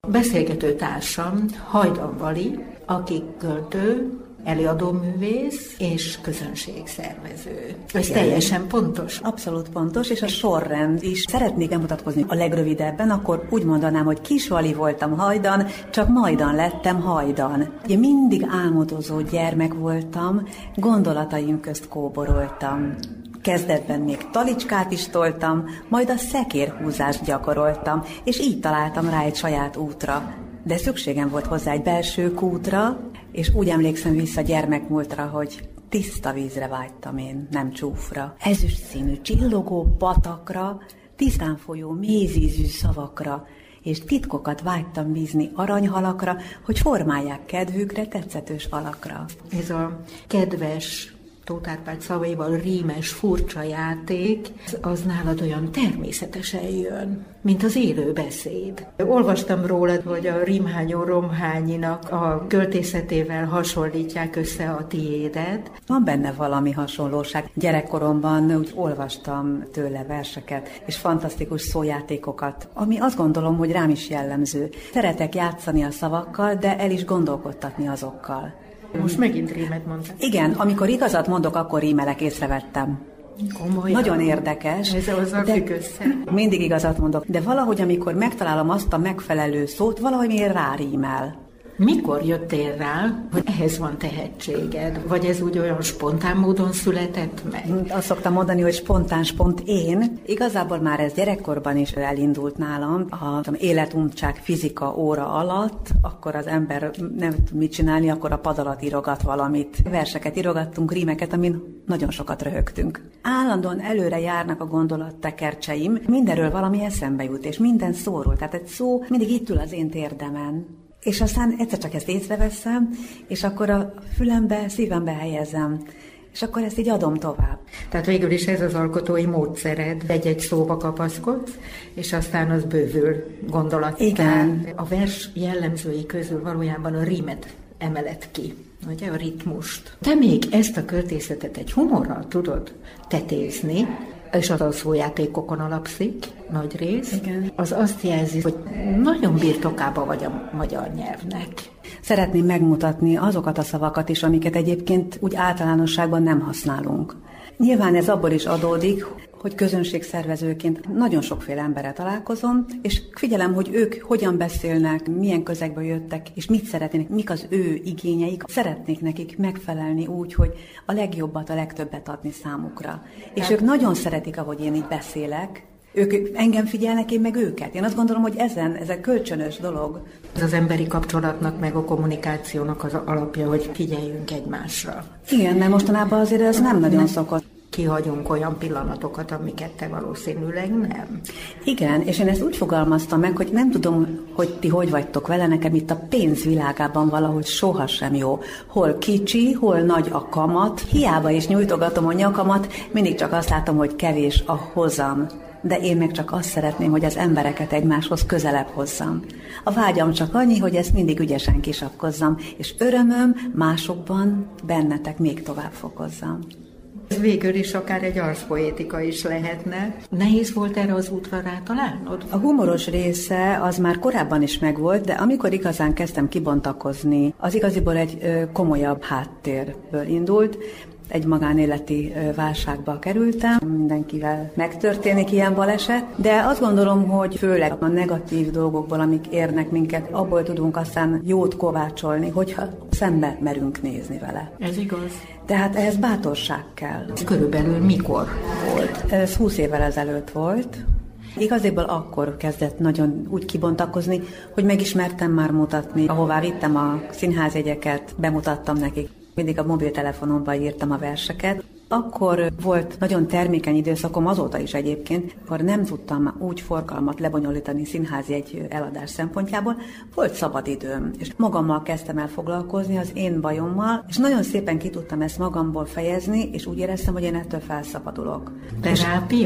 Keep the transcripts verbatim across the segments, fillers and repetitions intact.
Beszélgető társam Hajdan Vali, aki költő, előadóművész és közönségszervező. Ez teljesen pontos? Abszolút pontos, és a sorrend is. Szeretnék bemutatkozni a legrövidebben, akkor úgy mondanám, hogy Kisvali voltam Hajdan, csak majdan lettem Hajdan. Ugye mindig álmodozó gyermek voltam, gondolataim közt kóboroltam. Kezdetben még talicskát is toltam, majd a szekérhúzást gyakoroltam, és így találtam rá egy saját útra. De szükségem volt hozzá egy belső kútra, és úgy emlékszem vissza gyermekmúltra, hogy tiszta vízre vágytam én, nem csúfra. Ezüst színű csillogó patakra, tisztán folyó mézízű szavakra, és titkokat vágytam bízni aranyhalakra, hogy formálják kedvükre tetszetős alakra. Ez a kedves, Tóth Árpád szavaival rímes, furcsa játék, az nálad olyan természetesen jön, mint az élő beszéd. Olvastam rólad, hogy a Rimhányó Romhányinak a költészetével hasonlítják össze a tiédet. Van benne valami hasonlóság. Gyerekkoromban úgy olvastam tőle verseket, és fantasztikus szójátékokat, ami azt gondolom, hogy rám is jellemző. Szeretek játszani a szavakkal, de el is gondolkodtatni azokkal. Most megint rímet mondtál. Igen, amikor igazat mondok, akkor rímelek, észrevettem. Komolyan. Nagyon érdekes. Ez azzal függ össze. Mindig igazat mondok, de valahogy, amikor megtalálom azt a megfelelő szót, valahogy miért rárímel. Mikor jöttél rá, hogy ehhez van tehetséged? Vagy ez úgy olyan spontán módon született meg? Azt szoktam mondani, hogy spontán spont én. Igazából már ez gyerekkorban is elindult nálam. Ha életuntság fizika óra alatt, akkor az ember nem tud mit csinálni, akkor a pad alatt írogat valamit. Verseket írogattunk, rímeket, amin nagyon sokat röhögtünk. Állandóan előre járnak a gondolattekercseim, mindenről valami eszembe jut, és minden szóról. Tehát egy szó mindig itt ül az én térdemen. És aztán egyszer csak ezt észreveszem, és akkor a fülembe, szívembe helyezem, és akkor ezt így adom tovább. Tehát végül is ez az alkotói módszered, egy-egy szóba kapaszkodsz, és aztán az bővül gondolat. Igen. A vers jellemzői közül valójában a rímet emeled ki, ugye, a ritmust. Te még ezt a költészetet egy humorral tudod tetézni, és az a szójátékokon alapszik, nagy rész. Igen. Az azt jelzi, hogy nagyon birtokába vagy a magyar nyelvnek. Szeretném megmutatni azokat a szavakat is, amiket egyébként úgy általánosságban nem használunk. Nyilván ez abból is adódik, hogy közönségszervezőként nagyon sokféle emberrel találkozom, és figyelem, hogy ők hogyan beszélnek, milyen közegből jöttek, és mit szeretnének, mik az ő igényeik. Szeretnék nekik megfelelni úgy, hogy a legjobbat, a legtöbbet adni számukra. És ők nagyon szeretik, ahogy én így beszélek. Ők engem figyelnek, én meg őket. Én azt gondolom, hogy ezen, ez egy kölcsönös dolog. Ez az emberi kapcsolatnak, meg a kommunikációnak az alapja, hogy figyeljünk egymásra. Igen, mert mostanában azért ez nem nagyon szokott. Kihagyunk olyan pillanatokat, amiket te valószínűleg nem. Igen, és én ezt úgy fogalmaztam meg, hogy nem tudom, hogy ti hogy vagytok vele, nekem itt a pénz világában valahogy sohasem jó. Hol kicsi, hol nagy a kamat, hiába is nyújtogatom a nyakamat, mindig csak azt látom, hogy kevés a hozam. De én meg csak azt szeretném, hogy az embereket egymáshoz közelebb hozzam. A vágyam csak annyi, hogy ezt mindig ügyesen kisakkozzam, és örömöm másokban, bennetek még tovább fokozzam. Ez végül is akár egy arszpoétika is lehetne. Nehéz volt erre az útra rátalálnod? A humoros része az már korábban is megvolt, de amikor igazán kezdtem kibontakozni, az igaziból egy ö, komolyabb háttérből indult. Egy magánéleti válságba kerültem, mindenkivel megtörténik ilyen baleset, de azt gondolom, hogy főleg a negatív dolgokból, amik érnek minket, abból tudunk aztán jót kovácsolni, hogyha szembe merünk nézni vele. Ez igaz. Tehát ehhez bátorság kell. Ez körülbelül mikor volt? Ez húsz évvel ezelőtt volt. Igaziból akkor kezdett nagyon úgy kibontakozni, hogy megismertem már mutatni, ahová vittem a színházjegyeket, bemutattam nekik. Mindig a mobiltelefonomban írtam a verseket. Akkor volt nagyon termékeny időszakom, azóta is egyébként, akkor nem tudtam úgy forgalmat lebonyolítani színházjegy eladás szempontjából, volt szabad időm, és magammal kezdtem el foglalkozni, az én bajommal, és nagyon szépen ki tudtam ezt magamból fejezni, és úgy éreztem, hogy én ettől felszabadulok. Terápia?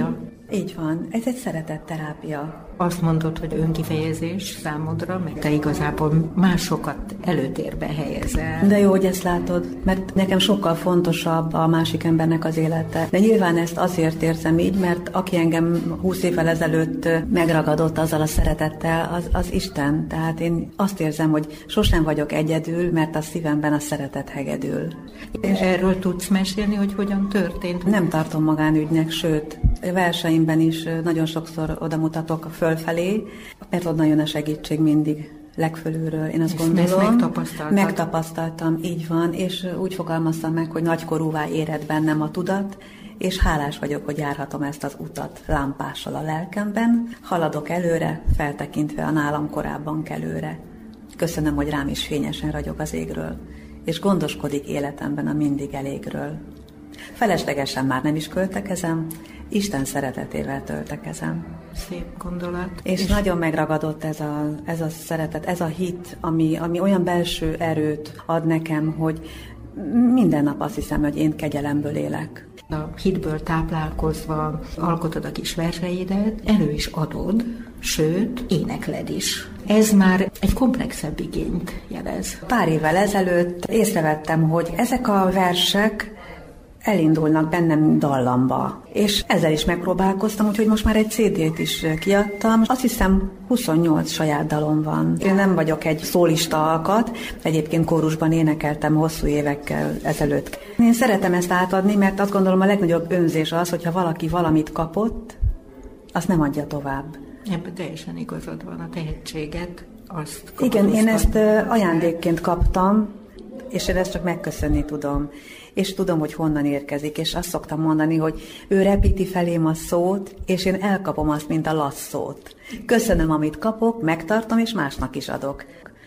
Így van, ez egy szeretetterápia. Azt mondod, hogy önkifejezés számodra, meg te igazából másokat előtérbe helyezel. De jó, hogy ezt látod, mert nekem sokkal fontosabb a másik embernek az élete. De nyilván ezt azért érzem így, mert aki engem húsz évvel ezelőtt megragadott azzal a szeretettel, az, az Isten. Tehát én azt érzem, hogy sosem vagyok egyedül, mert a szívemben a szeretet hegedül. És erről tudsz mesélni, hogy hogyan történt? Nem tartom magánügynek, sőt, verseimben is nagyon sokszor odamutatok fölfelé, mert onnan jön a segítség mindig legfölülről. Én azt ezt, gondolom, ezt megtapasztaltam. megtapasztaltam, így van, és úgy fogalmaztam meg, hogy nagykorúvá éred bennem a tudat, és hálás vagyok, hogy járhatom ezt az utat lámpással a lelkemben, haladok előre, feltekintve a nálam korábban kelőre. Köszönöm, hogy rám is fényesen ragyog az égről, és gondoskodik életemben a mindig elégről. Feleslegesen már nem is költekezem, Isten szeretetével töltekezem. Szép gondolat. És, és nagyon megragadott ez a, ez a szeretet, ez a hit, ami, ami olyan belső erőt ad nekem, hogy minden nap azt hiszem, hogy én kegyelemből élek. A hitből táplálkozva alkotod a kis verseidet, elő is adod, sőt, énekled is. Ez már egy komplexebb igényt jelez. Pár évvel ezelőtt észrevettem, hogy ezek a versek elindulnak bennem dallamba. És ezzel is megpróbálkoztam, úgyhogy most már egy cé dét is kiadtam. Azt hiszem huszonnyolc saját dalom van. Én nem vagyok egy szólista alkat, egyébként kórusban énekeltem hosszú évekkel ezelőtt. Én szeretem ezt átadni, mert azt gondolom a legnagyobb önzés az, hogyha valaki valamit kapott, azt nem adja tovább. Ebben teljesen igazad van, a tehetséget, azt igen, én ezt ajándékként kaptam, és én ezt csak megköszönni tudom. És tudom, hogy honnan érkezik, és azt szoktam mondani, hogy ő repíti felém a szót, és én elkapom azt, mint a lasszót. Köszönöm, amit kapok, megtartom, és másnak is adok.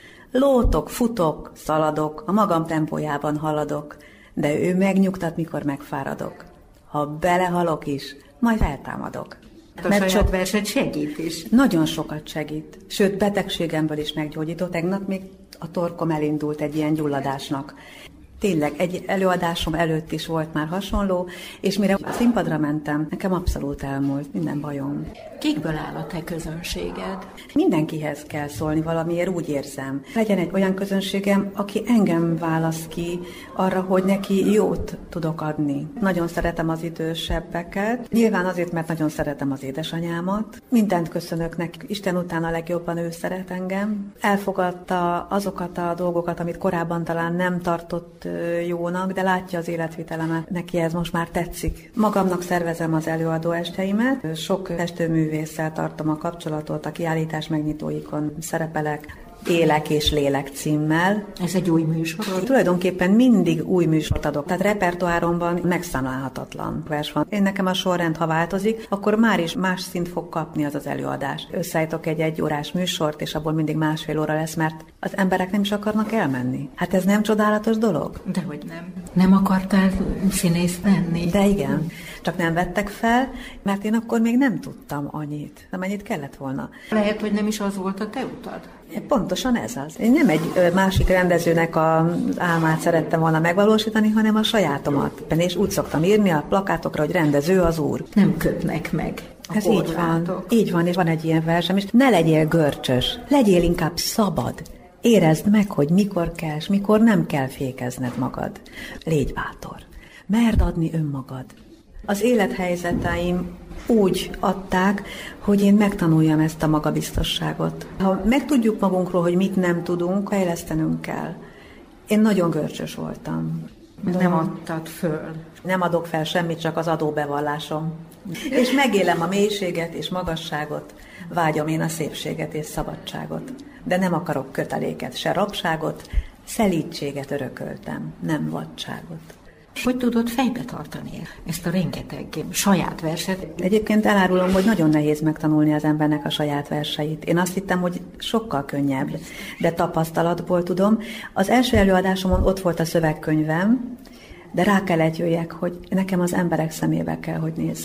Lótok, futok, szaladok, a magam tempójában haladok, de ő megnyugtat, mikor megfáradok. Ha belehalok is, majd feltámadok. A mert saját verset segít is. Nagyon sokat segít. Sőt, betegségemből is meggyógyított. Tegnap még a torkom elindult egy ilyen gyulladásnak. Tényleg, egy előadásom előtt is volt már hasonló, és mire a színpadra mentem, nekem abszolút elmúlt minden bajom. Kikből áll a te közönséged? Mindenkihez kell szólni valamiért, úgy érzem. Legyen egy olyan közönségem, aki engem választ ki arra, hogy neki jót tudok adni. Nagyon szeretem az idősebbeket, nyilván azért, mert nagyon szeretem az édesanyámat. Mindent köszönök neki, Isten után a legjobban ő szeret engem. Elfogadta azokat a dolgokat, amit korábban talán nem tartott jónak, de látja az életvitelemet, neki ez most már tetszik. Magamnak szervezem az előadó esteimet, sok festőművésszel tartom a kapcsolatot, a kiállítás megnyitóikon szerepelek, Élek és lélek címmel. Ez egy új műsor? Tulajdonképpen mindig új műsort adok, tehát repertoáromban megszámlálhatatlan vers van. Én nekem a sorrend, ha változik, akkor már is más szint fog kapni az az előadás. Összeállítok egy egy órás műsort, és abból mindig másfél óra lesz, mert az emberek nem is akarnak elmenni. Hát ez nem csodálatos dolog? Dehogy nem. Nem akartál színész lenni? De igen, csak nem vettek fel, mert én akkor még nem tudtam annyit, nem annyit kellett volna. Lehet, hogy nem is az volt a te utad? Pontosan ez az. Én nem egy másik rendezőnek az álmát szerettem volna megvalósítani, hanem a sajátomat. És úgy szoktam írni a plakátokra, hogy rendező az úr. Nem kötnek meg. Ez így van. Így van, és van egy ilyen versem is. Ne legyél görcsös, legyél inkább szabad. Érezd meg, hogy mikor kell, és mikor nem kell fékezned magad. Légy bátor. Merd adni önmagad. Az élethelyzeteim úgy adták, hogy én megtanuljam ezt a magabiztosságot. Ha megtudjuk magunkról, hogy mit nem tudunk, fejlesztenünk kell. Én nagyon görcsös voltam. Nem adtad föl. Nem adok fel semmit, csak az adóbevallásom. És megélem a mélységet és magasságot, vágyom én a szépséget és szabadságot. De nem akarok köteléket, se rabságot, szelídséget örököltem, nem vadságot. Hogy tudod fejbe tartani ezt a rengeteg saját verset? Egyébként elárulom, hogy nagyon nehéz megtanulni az embernek a saját verseit. Én azt hittem, hogy sokkal könnyebb, de tapasztalatból tudom. Az első előadásomon ott volt a szövegkönyvem, de rá kellett jöjjek, hogy nekem az emberek szemébe kell, hogy nézzek.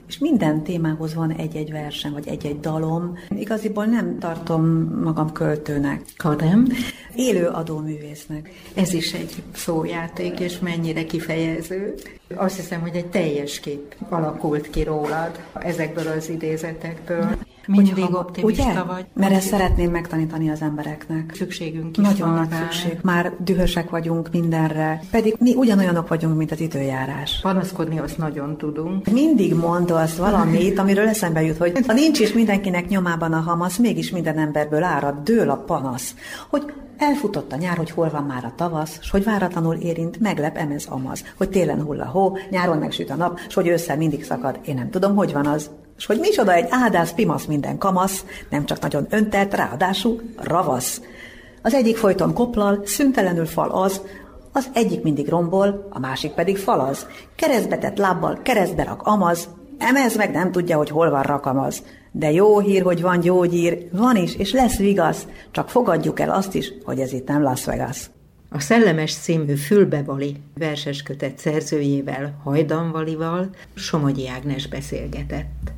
és minden témához van egy-egy versem, vagy egy-egy dalom. Igaziból nem tartom magam költőnek. Hanem? Élő adóművésznek. Ez is egy szójáték, és mennyire kifejező. Azt hiszem, hogy egy teljes kép alakult ki rólad ezekből az idézetekből. Mindig Hogyha, optimista ugye? Vagy. Mert ezt szeretném megtanítani az embereknek. Szükségünk is Nagyon van nagy rá. szükség. Már dühösek vagyunk mindenre, pedig mi ugyanolyanok vagyunk, mint az időjárás. Panaszkodni azt nagyon tudunk. Mindig mond az valamit, amiről eszembe jut, hogy ha nincs is mindenkinek nyomában a hamasz, mégis minden emberből árad, dől a panasz. Hogy elfutott a nyár, hogy hol van már a tavasz, s hogy váratlanul érint, meglep emez amaz, hogy télen hull a hó, nyáron megsüt a nap, s hogy ősszel mindig szakad, én nem tudom, hogy van az. S hogy micsoda egy áldász pimasz minden kamasz, nem csak nagyon öntelt, ráadásul ravasz. Az egyik folyton koplal, szüntelenül fal az, az egyik mindig rombol, a másik pedig falaz. Keresztbe tett lábbal keresztbe rak amaz, emez meg nem tudja, hogy hol van rakamaz. De jó hír, hogy van gyógyír, van is, és lesz vigasz, csak fogadjuk el azt is, hogy ez itt nem Las Vegas. A Szellemes című fülbevali verseskötet szerzőjével, Hajdan Valival Somogyi Ágnes beszélgetett.